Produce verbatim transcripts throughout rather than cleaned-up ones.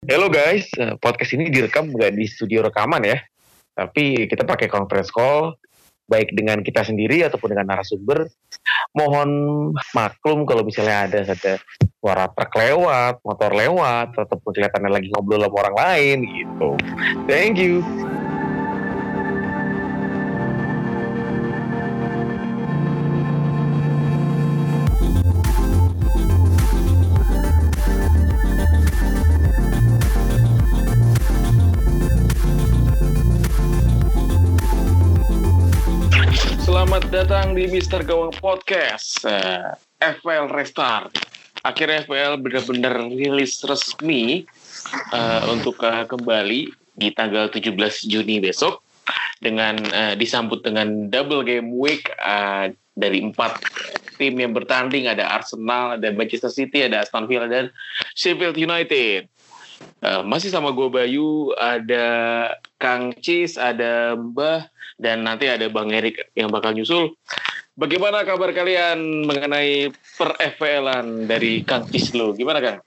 Hello guys, eh, podcast ini direkam nggak di studio rekaman ya, tapi kita pakai conference call, baik dengan kita sendiri ataupun dengan narasumber. Mohon maklum kalau misalnya ada ada suara truk lewat, motor lewat, ataupun kelihatannya lagi ngobrol sama orang lain gitu. Thank you. Selamat datang di Mister Gawang Podcast, uh, F P L Restart. Akhirnya F P L benar-benar rilis resmi uh, untuk uh, kembali di tanggal tujuh belas Juni besok dengan uh, disambut dengan double game week uh, dari empat tim yang bertanding. Ada Arsenal, ada Manchester City, ada Aston Villa dan Sheffield United. Uh, masih sama gue Bayu, ada Kang Cis, ada Mbah, dan nanti ada Bang Erik yang bakal nyusul. Bagaimana kabar kalian mengenai per F P L-an dari Kang Cis lo? Gimana Kang?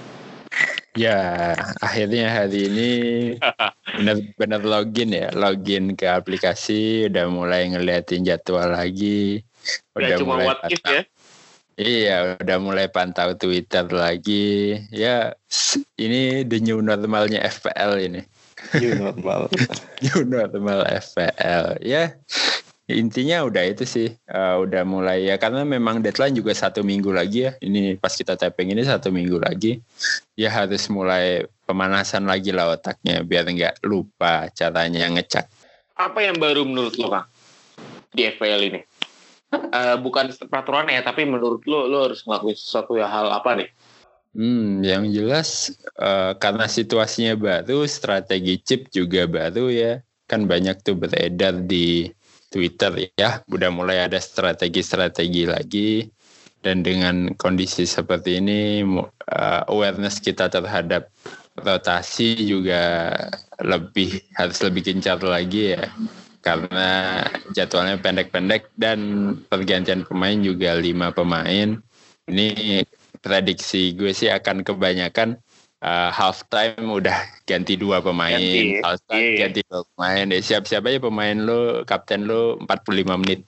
Ya, akhirnya hari ini benar-benar login ya, login ke aplikasi, udah mulai ngeliatin jadwal lagi. Udah cuma what if ya? Iya, udah mulai pantau Twitter lagi. Ya, ini the new normalnya F P L ini. New normal. New normal F P L. Ya, intinya udah itu sih. Uh, udah mulai ya, karena memang deadline juga satu minggu lagi ya. Ini pas kita taping ini satu minggu lagi. Ya harus mulai pemanasan lagi lah otaknya, biar nggak lupa caranya ngecek. Apa yang baru menurut lo Kang di F P L ini? Uh, bukan peraturannya ya, tapi menurut lo, lo harus ngelakuin sesuatu ya, hal apa nih? Hmm, yang jelas uh, karena situasinya baru, strategi chip juga baru ya. Kan banyak tuh beredar di Twitter ya. Udah mulai ada strategi-strategi lagi. Dan dengan kondisi seperti ini, uh, awareness kita terhadap rotasi juga lebih harus lebih gencar lagi ya. Karena jadwalnya pendek-pendek dan pergantian pemain juga lima pemain. Ini prediksi gue sih akan kebanyakan uh, half time udah ganti dua pemain, ganti, half time iya. ganti dua pemain. Deh siap-siap aja pemain lo, kapten lo empat puluh lima menit.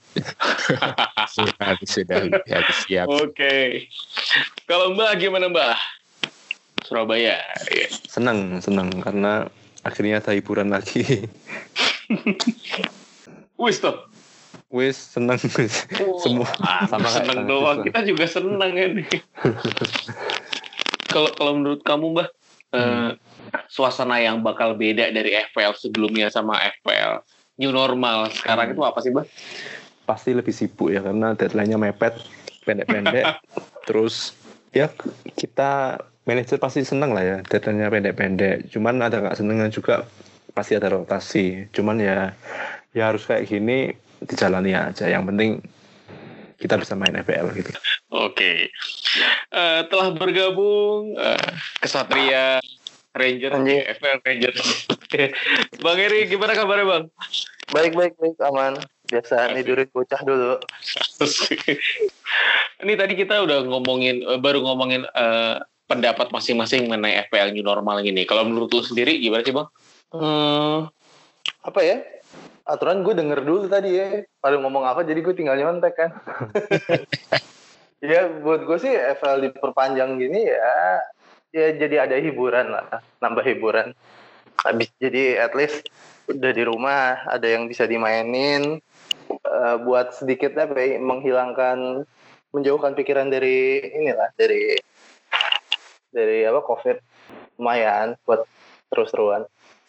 sudah sudah harus siap. Oke. Okay. Kalau Mbak gimana Mbak? Surabaya. Senang, senang karena akhirnya ada hiburan lagi. Wis toh. Wis seneng wis. Oh, semua ah, sama seneng doang. Kita juga seneng ini. Kalau kalau menurut kamu Mbah, hmm. eh, suasana yang bakal beda dari F P L sebelumnya sama F P L new normal sekarang hmm. itu apa sih Mbah? Pasti lebih sibuk ya, karena deadline-nya mepet, pendek-pendek. Terus ya kita manajer pasti seneng lah ya, deadline-nya pendek-pendek. Cuman ada nggak senengnya juga, pasti ada rotasi. Cuman ya ya harus kayak gini, dijalani aja. Yang penting kita bisa main F P L gitu. Oke. Okay. Uh, telah bergabung uh, Kesatria Ranger, F P L Ranger. Bang Eri, gimana kabarnya Bang? Baik, baik, baik, aman. Biasa tidurin bocah dulu. Ini tadi kita udah ngomongin, baru ngomongin uh, pendapat masing-masing mengenai F P L new normal ini. Kalau menurut lu sendiri gimana sih Bang? Hmm, apa ya? Aturan gue denger dulu tadi ya. Pada ngomong apa, jadi gue tinggal nyontek kan. Ya buat gue sih F L diperpanjang gini ya, ya jadi ada hiburan lah, nambah hiburan. Habis jadi at least udah di rumah, ada yang bisa dimainin. Uh, buat sedikit apa ya, menghilangkan, menjauhkan pikiran dari inilah, dari dari apa COVID. Lumayan buat terus-terusan.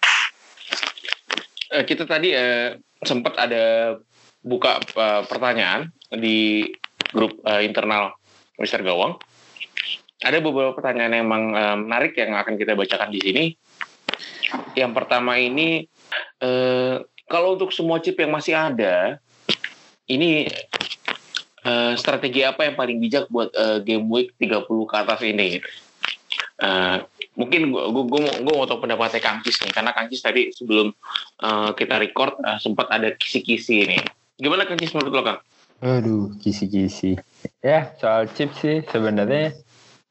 Kita tadi eh, sempat ada buka uh, pertanyaan di grup uh, internal Mister Gawang. Ada beberapa pertanyaan yang memang uh, menarik yang akan kita bacakan di sini. Yang pertama ini, uh, kalau untuk semua chip yang masih ada, ini uh, strategi apa yang paling bijak buat uh, game week tiga puluh ke atas ini? Uh, mungkin gue gue gue mau tahu pendapatnya Kang Cis nih, karena Kang Cis tadi sebelum uh, kita record uh, sempat ada kisi-kisi ini. Gimana Kang Cis menurut lo Kang? Aduh, kisi-kisi. Ya soal chip sih sebenarnya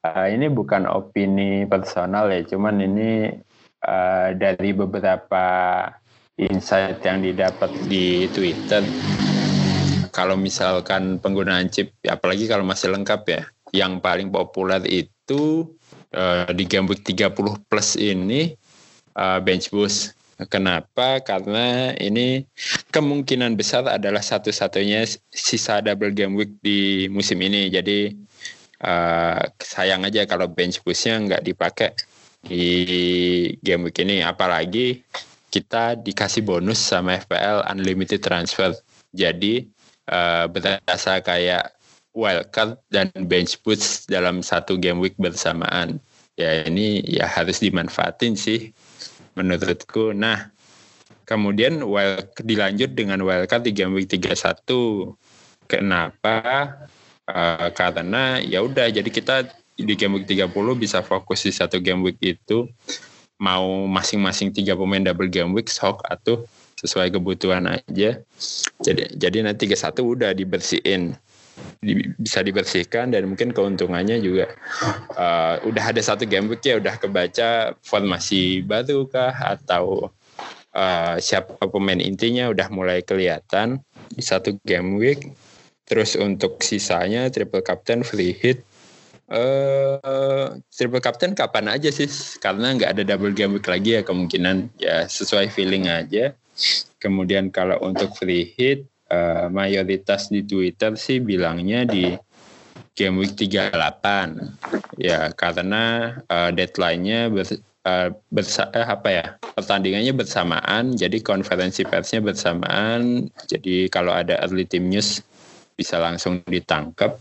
uh, ini bukan opini personal ya, cuman ini uh, dari beberapa insight yang didapat di Twitter. Kalau misalkan penggunaan chip, apalagi kalau masih lengkap ya, yang paling populer itu uh, di game week tiga puluh plus ini uh, bench boost. Kenapa? Karena ini kemungkinan besar adalah satu-satunya sisa double game week di musim ini. Jadi uh, sayang aja kalau bench boostnya nggak dipakai di game week ini. Apalagi kita dikasih bonus sama F P L unlimited transfer. Jadi Uh, berasa kayak wildcard dan bench boost dalam satu game week bersamaan. Ya ini ya harus dimanfaatin sih menurutku. Nah kemudian wild, dilanjut dengan wildcard di game week tiga puluh satu. Kenapa? Uh, karena ya udah jadi kita di game week tiga puluh bisa fokus di satu game week itu. Mau masing-masing tiga pemain double game week sok atau sesuai kebutuhan aja. Jadi jadi nanti tiga puluh satu udah dibersihin. Di, bisa dibersihkan dan mungkin keuntungannya juga uh, udah ada satu game week ya udah kebaca formasi baru kah atau uh, siapa pemain intinya udah mulai kelihatan di satu game week. Terus untuk sisanya triple captain, free hit, Uh, triple captain kapan aja sih, karena nggak ada double game week lagi ya, kemungkinan ya sesuai feeling aja. Kemudian kalau untuk free hit uh, mayoritas di Twitter sih bilangnya di game week tiga puluh delapan ya, karena uh, deadline-nya ber, uh, bersa- eh, apa ya pertandingannya bersamaan, jadi konferensi persnya bersamaan, jadi kalau ada early team news bisa langsung ditangkap.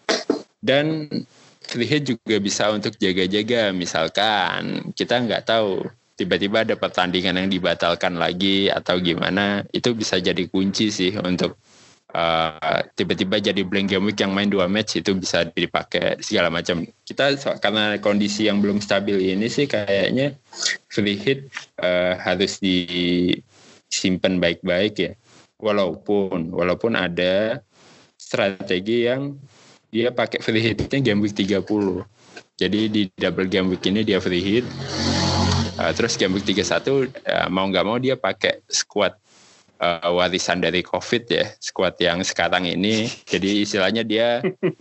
Dan free hit juga bisa untuk jaga-jaga, misalkan kita nggak tahu tiba-tiba ada pertandingan yang dibatalkan lagi atau gimana, itu bisa jadi kunci sih untuk uh, tiba-tiba jadi blank game week yang main dua match, itu bisa dipakai segala macam. Kita karena kondisi yang belum stabil ini sih kayaknya free hit uh, harus disimpan baik-baik ya, walaupun walaupun ada strategi yang dia pakai free hitnya game week tiga puluh. Jadi di double game week ini dia free hit. Uh, terus game week tiga puluh satu uh, mau nggak mau dia pakai squad uh, warisan dari COVID ya, squad yang sekarang ini. Jadi istilahnya dia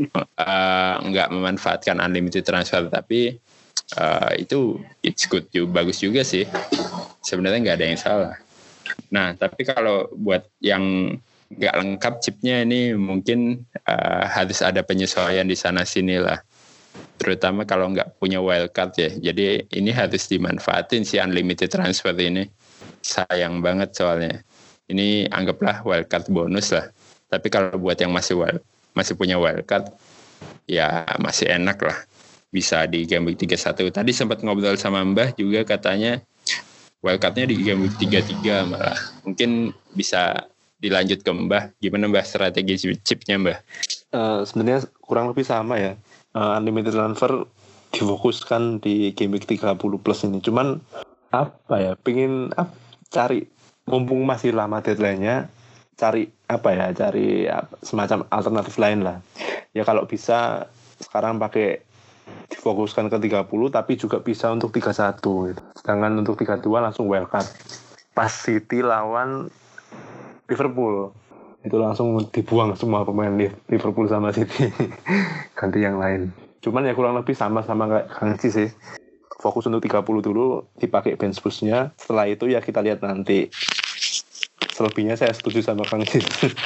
uh, nggak memanfaatkan unlimited transfer, tapi uh, itu it's good juga, bagus juga sih. Sebenarnya nggak ada yang salah. Nah tapi kalau buat yang nggak lengkap chipnya ini mungkin uh, harus ada penyesuaian di sana sini lah, terutama kalau nggak punya wildcard ya. Jadi ini harus dimanfaatin si unlimited transfer ini, sayang banget soalnya ini anggaplah wildcard bonus lah. Tapi kalau buat yang masih wild, masih punya wildcard ya masih enak lah, bisa di game week tiga puluh satu. Tadi sempat ngobrol sama Mbah juga, katanya wildcardnya di game week tiga puluh tiga malah. Mungkin bisa dilanjut ke Mbah, gimana Mbah strategi chipnya Mbah? Uh, sebenarnya kurang lebih sama ya. Uh, unlimited transfer difokuskan di game week tiga puluh plus ini. Cuman apa ya, pengen ap, cari mumpung masih lama deadline-nya, cari apa ya, cari apa, semacam alternatif lain lah. Ya kalau bisa sekarang pakai difokuskan ke tiga puluh, tapi juga bisa untuk tiga puluh satu gitu. Sedangkan untuk tiga puluh dua langsung wildcard. Pas City lawan Liverpool itu langsung dibuang semua pemain Liverpool sama City, ganti yang lain. Cuman ya kurang lebih sama-sama kayak Kang Ci sih, fokus untuk tiga puluh dulu, dipakai bench boost-nya. Setelah itu ya kita lihat nanti. Selebihnya saya setuju sama Kang Ci.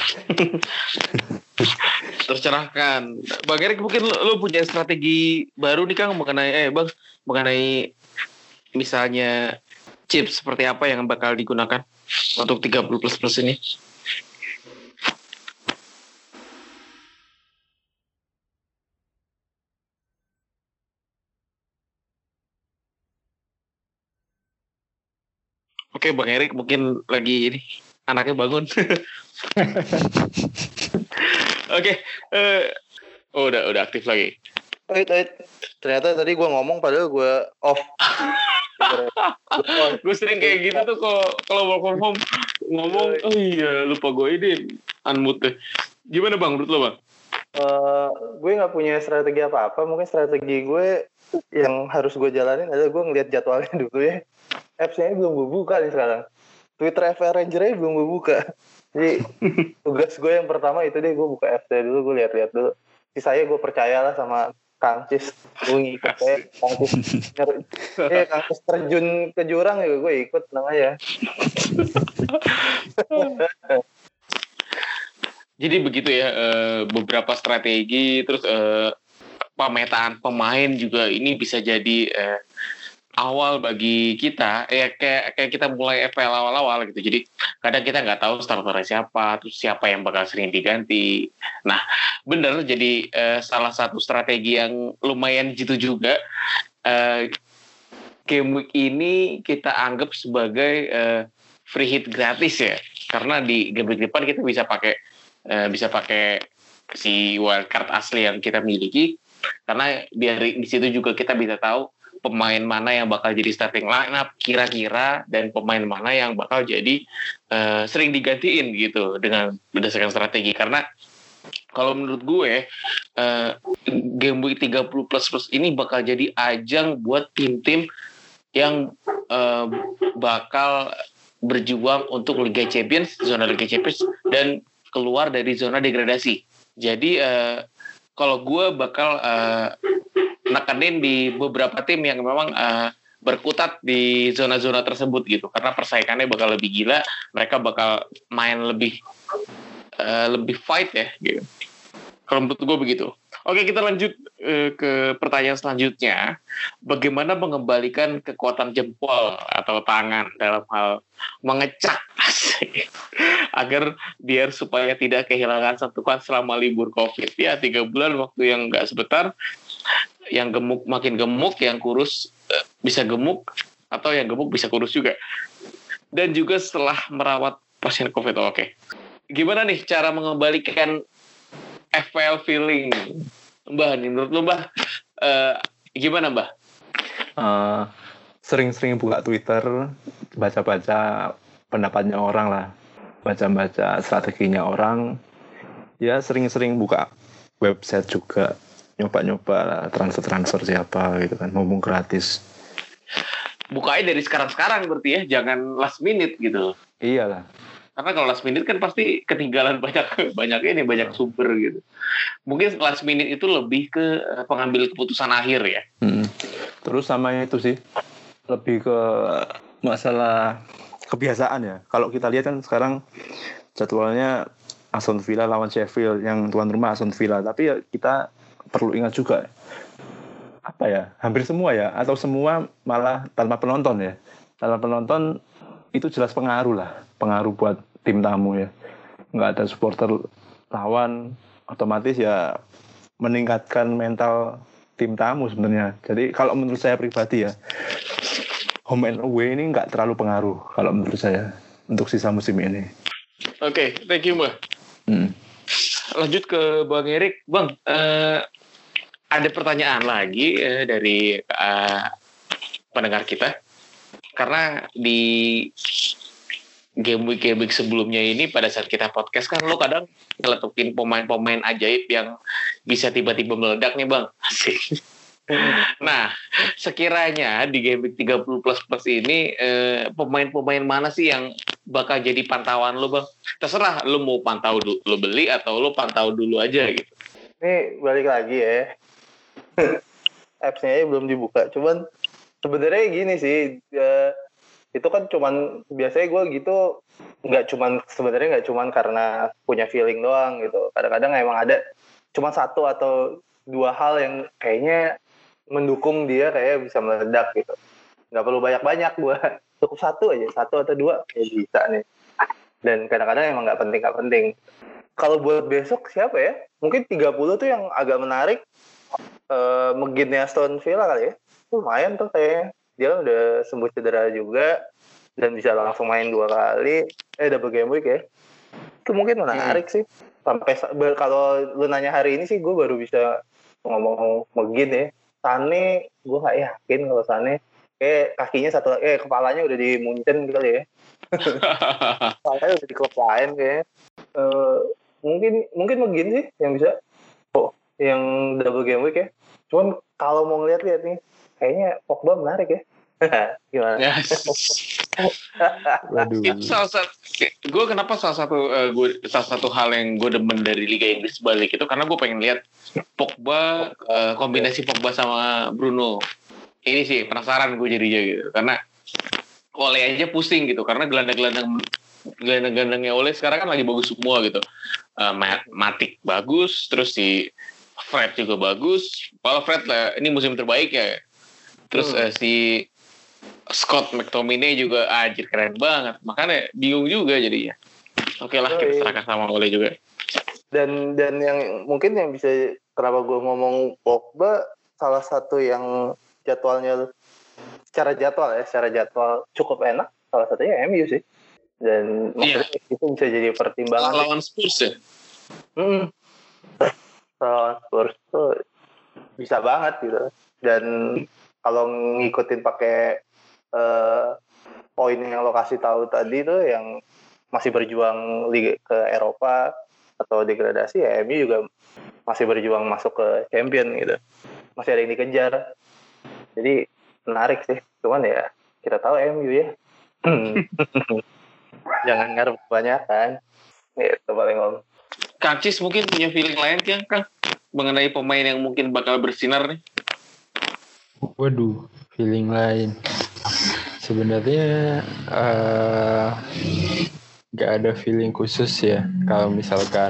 Tercerahkan. Bang Erik, mungkin lu, lu punya strategi baru nih Kang mengenai eh Bang mengenai misalnya chip seperti apa yang bakal digunakan untuk tiga puluh plus plus ini? Oke, Bang Erik mungkin lagi ini anaknya bangun. Oke, uh, oh, udah udah aktif lagi. Wait, wait. Ternyata tadi gue ngomong padahal gue off. Gue sering kayak gitu tuh kok kalau work from home ngomong, oh iya lupa gue ini unmute deh. Gimana Bang menurut lo Bang? uh, gue nggak punya strategi apa-apa. Mungkin strategi gue yang harus gue jalanin adalah gue ngeliat jadwalnya dulu ya. Apps-nya belum gue buka nih sekarang. Twitter F L Ranger-nya belum gue buka. Jadi tugas gue yang pertama itu deh, gue buka apps-nya dulu, gue lihat-lihat dulu. Sisanya gue percayalah sama Kang Cis. Gue ngikut aja. Kang Cis, eh, Kang Cis terjun ke jurang juga gue ikut, tenang aja. Jadi begitu ya, beberapa strategi, terus pemetaan pemain juga ini bisa jadi awal bagi kita, ya kayak kayak kita mulai F P L awal-awal gitu. Jadi kadang kita nggak tahu starternya siapa, terus siapa yang bakal sering diganti. Nah, bener jadi uh, salah satu strategi yang lumayan jitu juga. Uh, game week ini kita anggap sebagai uh, free hit gratis ya, karena di game week depan kita bisa pakai uh, bisa pakai si wildcard asli yang kita miliki, karena dari di situ juga kita bisa tahu pemain mana yang bakal jadi starting lineup kira-kira, dan pemain mana yang bakal jadi uh, sering digantiin gitu dengan berdasarkan strategi. Karena kalau menurut gue uh, game week tiga puluh plus plus ini bakal jadi ajang buat tim-tim yang uh, bakal berjuang untuk Liga Champions, zona Liga Champions, dan keluar dari zona degradasi. Jadi uh, kalau gue bakal uh, nekenin di beberapa tim yang memang uh, berkutat di zona-zona tersebut gitu, karena persaingannya bakal lebih gila, mereka bakal main lebih uh, lebih fight ya gitu. Kalau menurut gue begitu. Oke, kita lanjut uh, ke pertanyaan selanjutnya. Bagaimana mengembalikan kekuatan jempol atau tangan dalam hal mengecak agar biar supaya tidak kehilangan sentuhan selama libur COVID ya, tiga bulan waktu yang nggak sebentar. Yang gemuk makin gemuk, yang kurus uh, bisa gemuk, atau yang gemuk bisa kurus juga. Dan juga setelah merawat pasien COVID. Oke, okay. Gimana nih cara mengembalikan F P L feeling, Mbah? Nih menurut lu, Mbah, uh, gimana, Mbah? Uh, sering-sering buka Twitter, baca-baca pendapatnya orang lah, baca-baca strateginya orang. Ya sering-sering buka website juga, nyoba-nyoba transfer-transfer siapa gitu kan, ngomong gratis. Bukanya dari sekarang-sekarang berarti ya, jangan last minute gitu. Iyalah. Karena kalau last minute kan pasti ketinggalan banyak banyak ini banyak sumber gitu. Mungkin last minute itu lebih ke pengambil keputusan akhir ya. Hmm. Terus sama itu sih, lebih ke masalah kebiasaan ya. Kalau kita lihat kan sekarang jadwalnya Aston Villa lawan Sheffield, yang tuan rumah Aston Villa. Tapi ya kita perlu ingat juga, apa ya, hampir semua ya, atau semua malah tanpa penonton ya. Tanpa penonton itu jelas pengaruh lah, pengaruh buat tim tamu ya. Nggak ada supporter lawan, otomatis ya meningkatkan mental tim tamu sebenarnya. Jadi kalau menurut saya pribadi ya, home and away ini nggak terlalu pengaruh kalau menurut saya untuk sisa musim ini. Oke, okay, thank you, Mbak. Hmm. Lanjut ke Bang Erik. Bang, uh, ada pertanyaan lagi uh, dari uh, pendengar kita. Karena di game week game week sebelumnya ini, pada saat kita podcast kan lo kadang ngeletukin pemain-pemain ajaib yang bisa tiba-tiba meledak nih, Bang. Asik. Nah, sekiranya di game week tiga puluh plus plus ini eh, pemain-pemain mana sih yang bakal jadi pantauan lo, Bang? Terserah lo mau pantau dulu, lo beli atau lo pantau dulu aja gitu. Ini balik lagi ya. Apps-nya belum dibuka. Cuman sebenarnya gini sih, ya, itu kan cuman biasanya gue gitu, nggak cuman sebenarnya nggak cuman karena punya feeling doang gitu. Kadang-kadang emang ada cuma satu atau dua hal yang kayaknya mendukung dia kayak bisa meledak gitu. Nggak perlu banyak-banyak, gue cukup satu aja, satu atau dua kayak bisa nih. Dan kadang-kadang emang nggak penting nggak penting. Kalau buat besok siapa ya? Mungkin tiga puluh tuh yang agak menarik. Uh, Meginnya Aston Villa kali ya. Lumayan tuh kayaknya. Dia udah sembuh cedera juga dan bisa langsung main dua kali. Eh double game week ya. Itu mungkin menarik hmm. sih. Sampai kalau lu nanya hari ini sih, gue baru bisa ngomong Megin ya. Sane, gue nggak yakin kalau Sane. Kayak kakinya satu, eh kepalanya udah di Munchen kali ya. Kepalanya udah di klub lain kayaknya. Uh, mungkin mungkin Megin sih yang bisa. yang double game week ya. Cuman kalau mau ngeliat-liat nih, kayaknya Pogba menarik ya. Gimana? Yes. Waduh. Itu salah satu, gue kenapa salah satu uh, gue salah satu hal yang gue demen dari Liga Inggris balik itu karena gue pengen lihat Pogba, uh, kombinasi Pogba sama Bruno. Ini sih penasaran gue jadinya gitu, karena Ole aja pusing gitu, karena gelandang-gelandang gelandang-gelandangnya Ole sekarang kan lagi bagus semua gitu. Uh, Matic bagus, terus si Fred juga bagus. Kalau Fred lah, ini musim terbaik ya. Terus hmm. uh, si Scott McTominay juga anjir keren banget. Makanya bingung juga jadinya. Oke lah, oh, kita serahkan sama Ole juga. Dan dan yang mungkin yang bisa kenapa gue ngomong Pogba, salah satu yang jadwalnya secara jadwal ya, secara jadwal cukup enak. Salah satunya M U sih. Dan yeah. maksudnya itu bisa jadi pertimbangan. Lawan Spurs ya? Hmm. Lawan Spurs tuh bisa banget gitu. Dan kalau ngikutin pakai uh, poin yang lo kasih tahu tadi tuh yang masih berjuang liga ke Eropa atau degradasi, ya M U juga masih berjuang masuk ke Champion gitu. Masih ada yang dikejar. Jadi menarik sih. Cuman ya kita tahu M U ya. Jangan ngarep kebanyakan. Itu paling om. Kang Cis mungkin punya feeling lain kan Kang mengenai pemain yang mungkin bakal bersinar nih? Waduh, feeling lain. Sebenarnya uh, gak ada feeling khusus ya. Kalau misalkan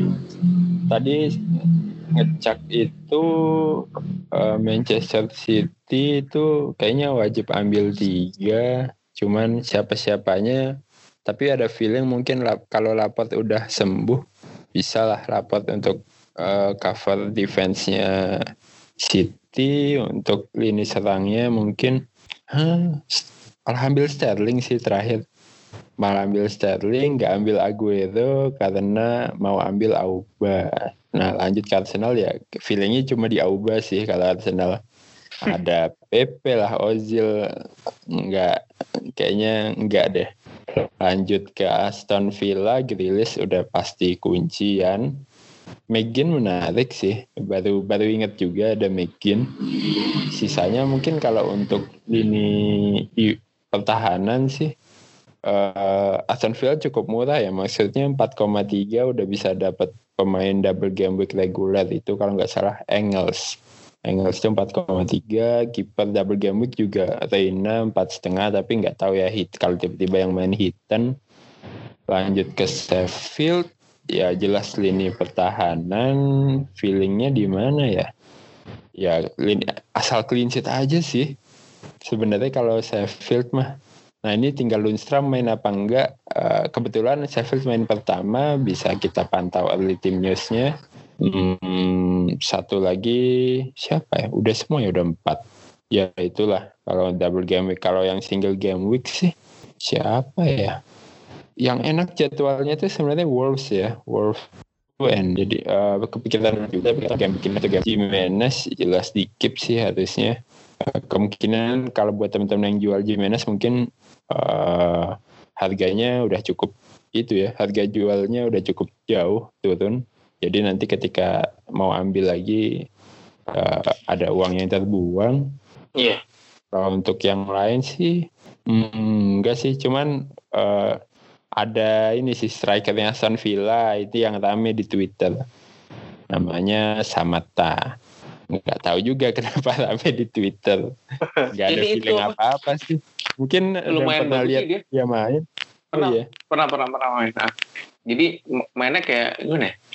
tadi ngecek itu uh, Manchester City itu kayaknya wajib ambil tiga. Cuman siapa-siapanya. Tapi ada feeling mungkin lap, kalau Laporte udah sembuh, bisa lah Laporte untuk uh, cover defense-nya City. Untuk lini serangnya mungkin huh, malah ambil Sterling sih terakhir. Malah ambil Sterling, gak ambil Aguero karena mau ambil Auba. Nah lanjut ke Arsenal ya, feelingnya cuma di Auba sih kalau Arsenal. Ada Pepe lah, Ozil enggak, kayaknya enggak deh. Lanjut ke Aston Villa, Grealish udah pasti kuncian. McGinn menarik sih, baru baru ingat juga ada McGinn. Sisanya mungkin kalau untuk lini pertahanan sih uh, Aston Villa cukup murah ya, maksudnya empat koma tiga udah bisa dapat pemain double game week reguler itu kalau nggak salah Engels. Engels itu empat koma tiga, kiper double game week juga Reina empat koma lima, tapi nggak tahu ya hit kalau tiba-tiba yang main hitan. Lanjut ke Sheffield, ya jelas lini pertahanan feelingnya di mana ya? Ya lini, asal clean sheet aja sih. Sebenarnya kalau Sheffield mah, nah ini tinggal Lundstram main apa enggak. Uh, kebetulan Sheffield main pertama, bisa kita pantau early team newsnya. Hmm, satu lagi siapa ya? Udah semua ya, udah empat. Ya itulah kalau double game week. Kalau yang single game week sih siapa ya? Yang enak jadwalnya tuh sebenarnya Wolves ya, Wolves. Jadi uh, kepikiran juga game bikin atau game Jimenez jelas di keep sih harusnya. Uh, kemungkinan kalau buat teman-teman yang jual Jimenez mungkin uh, harganya udah cukup itu ya, harga jualnya udah cukup jauh turun. Jadi nanti ketika mau ambil lagi uh, ada uang yang terbuang. Iya. Yeah. Kalau untuk yang lain sih hmm, enggak sih, cuman uh, ada ini sih strikernya Aston Villa itu yang rame di Twitter. Namanya Samata. Enggak tahu juga kenapa rame di Twitter. Enggak ada feeling apa-apa sih. Mungkin lumayan pernah lihat dia. dia main. Pernah, oh, iya. pernah pernah pernah main. Nah, jadi mainnya kayak gimana ya?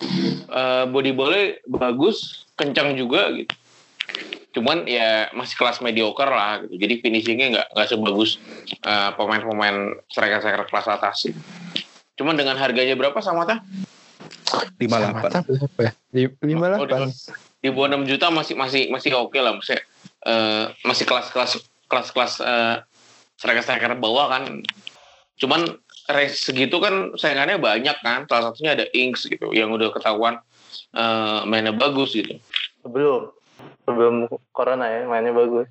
Uh, body ball bagus, kencang juga gitu. Cuman ya masih kelas mediocre lah gitu. Jadi finishingnya nggak nggak sebagus uh, pemain-pemain striker-striker kelas atas. Gitu. Cuman dengan harganya berapa Samata? lima puluh delapan. Berapa ya? lima puluh delapan. Di bawah enam juta masih masih masih oke okay lah, maksudnya uh, masih kelas-kelas kelas-kelas uh, striker-striker bawah kan. Cuman range segitu kan saingannya banyak kan. Salah satunya ada Ings gitu yang udah ketahuan uh, mainnya bagus gitu. Sebelum sebelum corona ya mainnya bagus.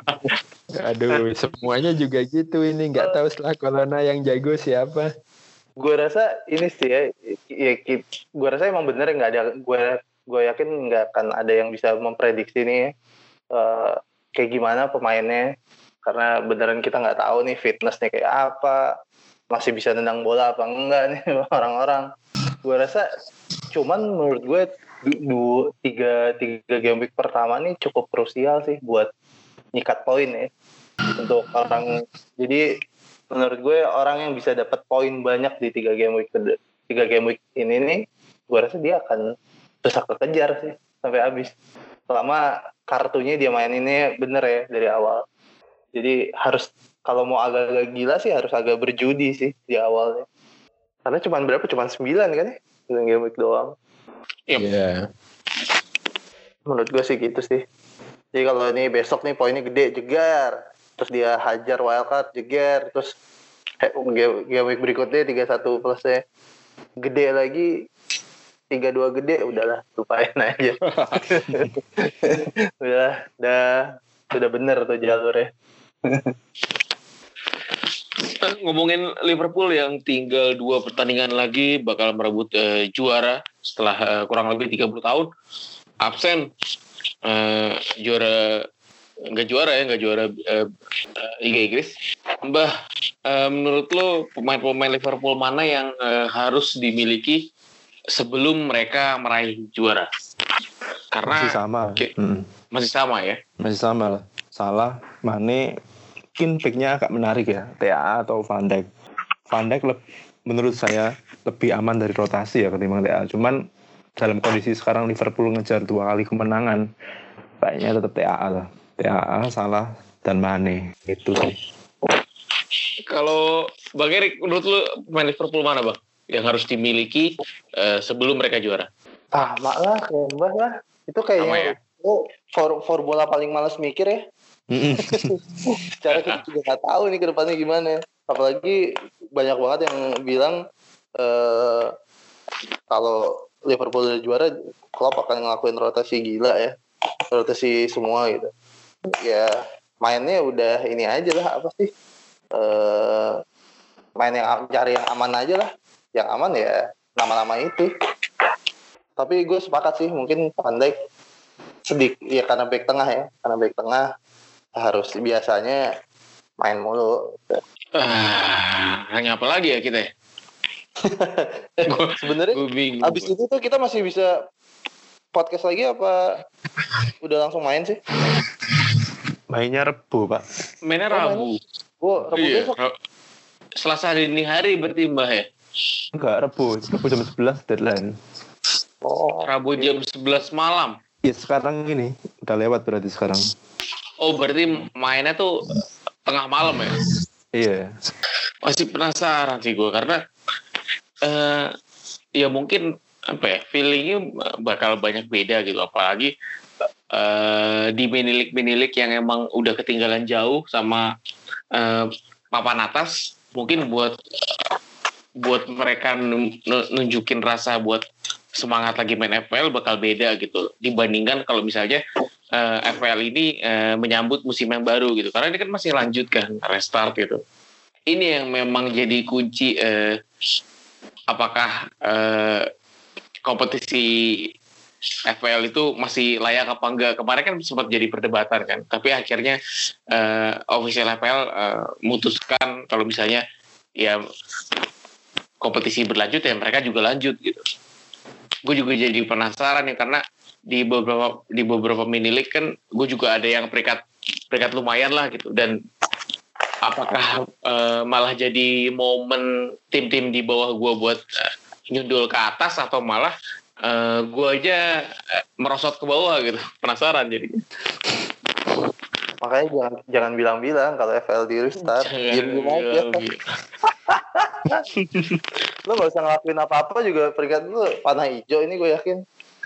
Aduh, semuanya juga gitu ini, nggak tahu setelah corona yang jago siapa. gue rasa ini sih ya, ya gue rasa emang bener nggak ada, gue gue yakin nggak akan ada yang bisa memprediksi nih uh, kayak gimana pemainnya, karena beneran kita nggak tahu nih fitnessnya kayak apa, masih bisa nendang bola apa enggak nih orang-orang. Gue rasa cuman menurut gue dua tiga tiga game week pertama nih cukup krusial sih buat nyikat poin ya untuk orang. Jadi menurut gue orang yang bisa dapat poin banyak di tiga game week tiga game week ini nih, gue rasa dia akan susah kekejar sih sampai habis. Selama kartunya dia maininnya bener ya dari awal. Jadi harus kalau mau agak-agak gila sih harus agak berjudi sih di awalnya. Karena cuma berapa? Cuma sembilan kan ya? sembilan game week doang. Iya. Yeah. Menurut gue sih gitu sih. Jadi kalau ini besok nih poinnya gede, jegar. Terus dia hajar wildcard, jegar. Terus game week berikutnya tiga satu plusnya gede lagi, tiga dua gede, udahlah, lupain aja. Udah, udah, udah bener tuh jalurnya. Ngomongin Liverpool yang tinggal dua pertandingan lagi bakal merebut uh, juara setelah uh, kurang lebih tiga puluh tahun absen, uh, juara nggak juara ya nggak juara uh, Liga Inggris. Mbah, uh, menurut lo pemain-pemain Liverpool mana yang uh, harus dimiliki sebelum mereka meraih juara? Karena masih sama, okay, hmm. masih sama ya, masih sama lah. Salah, Mane, mungkin picknya agak menarik ya, T A A atau Van Dijk. Van Dijk le- menurut saya lebih aman dari rotasi ya ketimbang T A A. Cuman dalam kondisi sekarang Liverpool ngejar dua kali kemenangan, kayaknya tetap T A A lah. T A A, Salah, dan Mane. Itu sih. Kalau Bang Erik, menurut lu pemain Liverpool mana Bang yang harus dimiliki uh, sebelum mereka juara? Sama lah, kayak Mbah lah. Itu kayaknya ya? Oh, for, formula paling malas mikir ya. Secara kita juga nggak tahu nih ke depannya gimana. Apalagi banyak banget yang bilang uh, kalau Liverpool udah juara, Klopp akan ngelakuin rotasi gila ya, rotasi semua gitu. Ya mainnya udah ini aja lah, apa sih? Uh, main yang cari yang aman aja lah. Yang aman ya nama-nama itu. Tapi gue sepakat sih, mungkin Van Dijk sedikit ya karena back tengah ya, karena back tengah harus biasanya main mulu. Ah, hanya apa lagi ya kita? Sebenarnya abis itu tuh kita masih bisa podcast lagi apa udah langsung main sih? Mainnya Rebo, Pak. Mainnya Rabu. Oh, Rabu iya, besok. Ra- Selasa dini hari berarti Mbah ya? Enggak, Rebo. Rebo jam sebelas deadline. Oh, Rabu jam sebelas malam. Ya sekarang ini udah lewat berarti sekarang. Oh, berarti mainnya tuh tengah malam ya? Iya. Masih penasaran sih gue karena uh, ya mungkin apa ya, feelingnya bakal banyak beda gitu, apalagi uh, di minilik-minilik yang emang udah ketinggalan jauh sama uh, papan atas. Mungkin buat buat mereka nunjukin rasa buat semangat lagi main F P L bakal beda gitu dibandingkan kalau misalnya uh, F P L ini uh, menyambut musim yang baru gitu, karena ini kan masih lanjut kan, restart gitu. Ini yang memang jadi kunci uh, apakah uh, kompetisi F P L itu masih layak apa enggak. Kemarin kan sempat jadi perdebatan kan, tapi akhirnya uh, official F P L uh, memutuskan kalau misalnya ya kompetisi berlanjut ya mereka juga lanjut gitu. Gue juga jadi penasaran ya, karena di beberapa di beberapa mini league kan gue juga ada yang peringkat peringkat lumayan lah gitu, dan apakah uh, malah jadi momen tim-tim di bawah gue buat uh, nyundul ke atas, atau malah uh, gue aja uh, merosot ke bawah gitu. Penasaran jadi. Makanya jangan jangan bilang-bilang kalau F L di restart, diem-diem aja. Lo gak usah ngelakuin apa-apa juga peringkat lo panah hijau ini, gue yakin.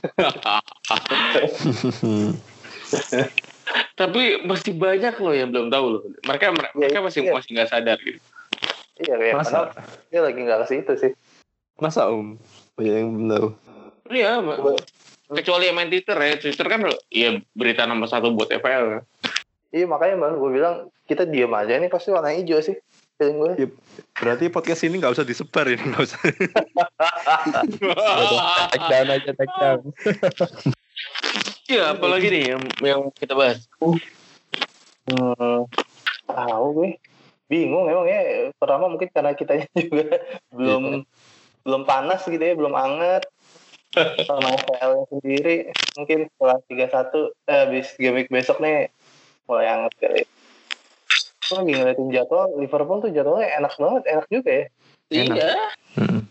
Tapi masih banyak loh yang belum tahu loh. Mereka mereka ya, masih iya. masih nggak sadar gitu. Iya kayak Masa? dia lagi nggak ke situ sih. Masa Om? Banyak yang belum tahu. Iya, kecuali yang main Twitter ya. Twitter kan ya berita nomor satu buat F P L. Iya makanya bang, gue bilang kita diam aja nih pasti warna hijau sih. feeling gue. Ya, berarti podcast ini nggak usah disebar ini, nggak usah. Take down aja, take down. Ya, apalagi nih yang yang kita bahas. Hmm, tahu gue. Bingung emang ya. Pertama mungkin karena kitanya juga belum belum panas gitu ya, belum anget. Sama F P L sendiri mungkin setelah tiga satu eh, habis game week besok nih mulai anget kali. Gue lagi ngeliatin jadwal Liverpool tuh jadwalnya enak banget, enak juga ya. Enak. Iya. Hmm.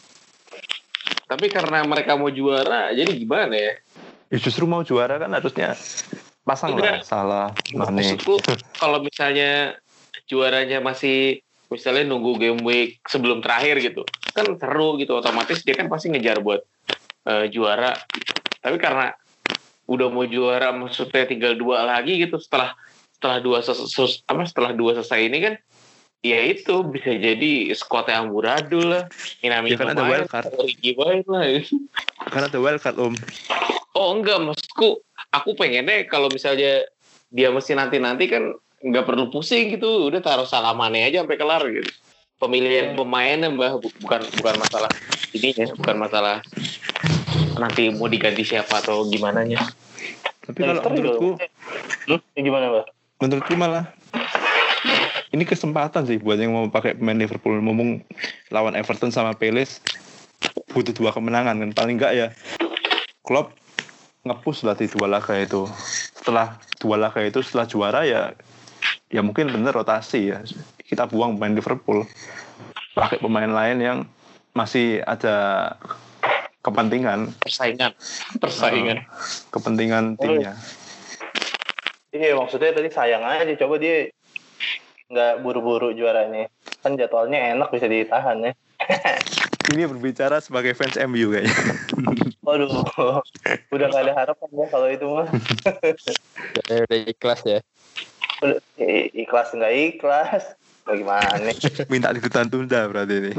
Tapi karena mereka mau juara, jadi gimana ya? Ya justru mau juara kan harusnya pasang lah, Enggak. Salah, Mane. Maksudku kalau misalnya juaranya masih misalnya nunggu game week sebelum terakhir gitu, kan seru gitu, otomatis dia kan pasti ngejar buat uh, juara. Tapi karena udah mau juara, maksudnya tinggal dua lagi gitu setelah setelah dua ses, ses, apa setelah dua selesai ini kan, ya itu bisa jadi squad yang amburadul lah. Minami Ya kan ada wild card. Gimana lah. Karena ada wild card om. Oh enggak, maksudku aku pengennya kalau misalnya dia mesti nanti-nanti kan nggak perlu pusing gitu, udah taruh Salamane aja sampai kelar gitu. Pemilihan pemainnya mbah, bukan bukan masalah ininya, bukan masalah nanti mau diganti siapa atau gimana nya. Tapi kalau menurutku, hmm? ya gimana mbak? menurutku malah ini kesempatan sih buat yang mau pakai pemain Liverpool. Ngomong lawan Everton sama Palace butuh dua kemenangan kan, paling enggak ya Klopp nge-push lah di dua laga itu. Setelah dua laga itu setelah juara ya ya mungkin bener rotasi ya. Kita buang pemain Liverpool, pakai pemain lain yang masih ada kepentingan Persaingan, persaingan. uh, kepentingan timnya. Iya maksudnya tadi sayang aja, coba dia nggak buru-buru juaranya. Kan jadwalnya enak, bisa ditahan ya. Ini berbicara sebagai fans M U kayaknya. Waduh, udah nggak ada harapan ya kalau itu mah. Udah, udah ikhlas ya. Udah, i- ikhlas nggak ikhlas, bagaimana? Minta ditunda-tunda berarti ini.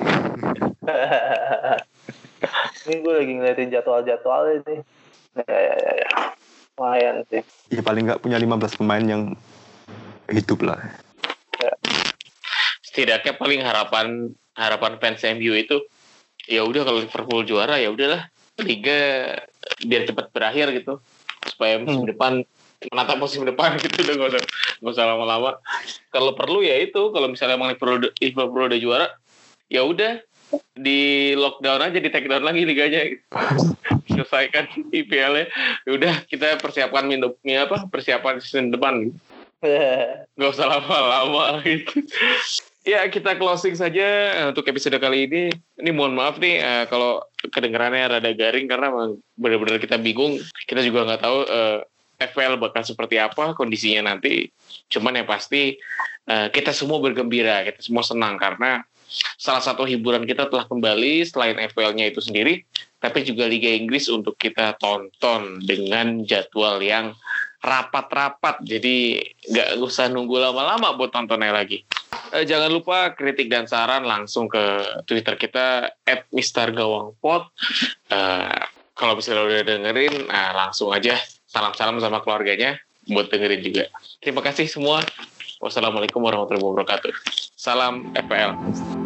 Ini gue lagi ngeliatin jadwal-jadwal ini. Ya, ya, ya, ya. Lumayan sih. Ya paling nggak punya lima belas pemain yang hidup lah. Setidaknya paling harapan harapan fans M U itu ya udah kalau Liverpool juara ya udahlah, liga biar cepat berakhir gitu, supaya musim Hmm. depan menatap musim depan gitu, udah nggak usah nggak usah lama-lama. Kalau perlu ya itu, kalau misalnya emang Liverpool, Liverpool udah juara ya udah di lockdown aja, di take down lagi liganya gitu. Selesaikan I P L-nya, udah kita persiapkan minum apa persiapan season depan gitu. Nggak usah lama-lama gitu. Ya kita closing saja untuk episode kali ini. Ini mohon maaf nih uh, kalau kedengarannya rada garing karena benar-benar kita bingung. Kita juga nggak tahu uh, F P L bakal seperti apa kondisinya nanti. Cuman yang pasti uh, kita semua bergembira, kita semua senang karena salah satu hiburan kita telah kembali selain F P L-nya itu sendiri, tapi juga Liga Inggris untuk kita tonton dengan jadwal yang rapat-rapat. Jadi nggak usah nunggu lama-lama buat tontonnya lagi. Eh, jangan lupa kritik dan saran langsung ke Twitter kita at mister gawang pod. Eh, kalau misalnya udah dengerin, nah langsung aja salam-salam sama keluarganya buat dengerin juga. Terima kasih semua. Wassalamualaikum warahmatullahi wabarakatuh. Salam F P L.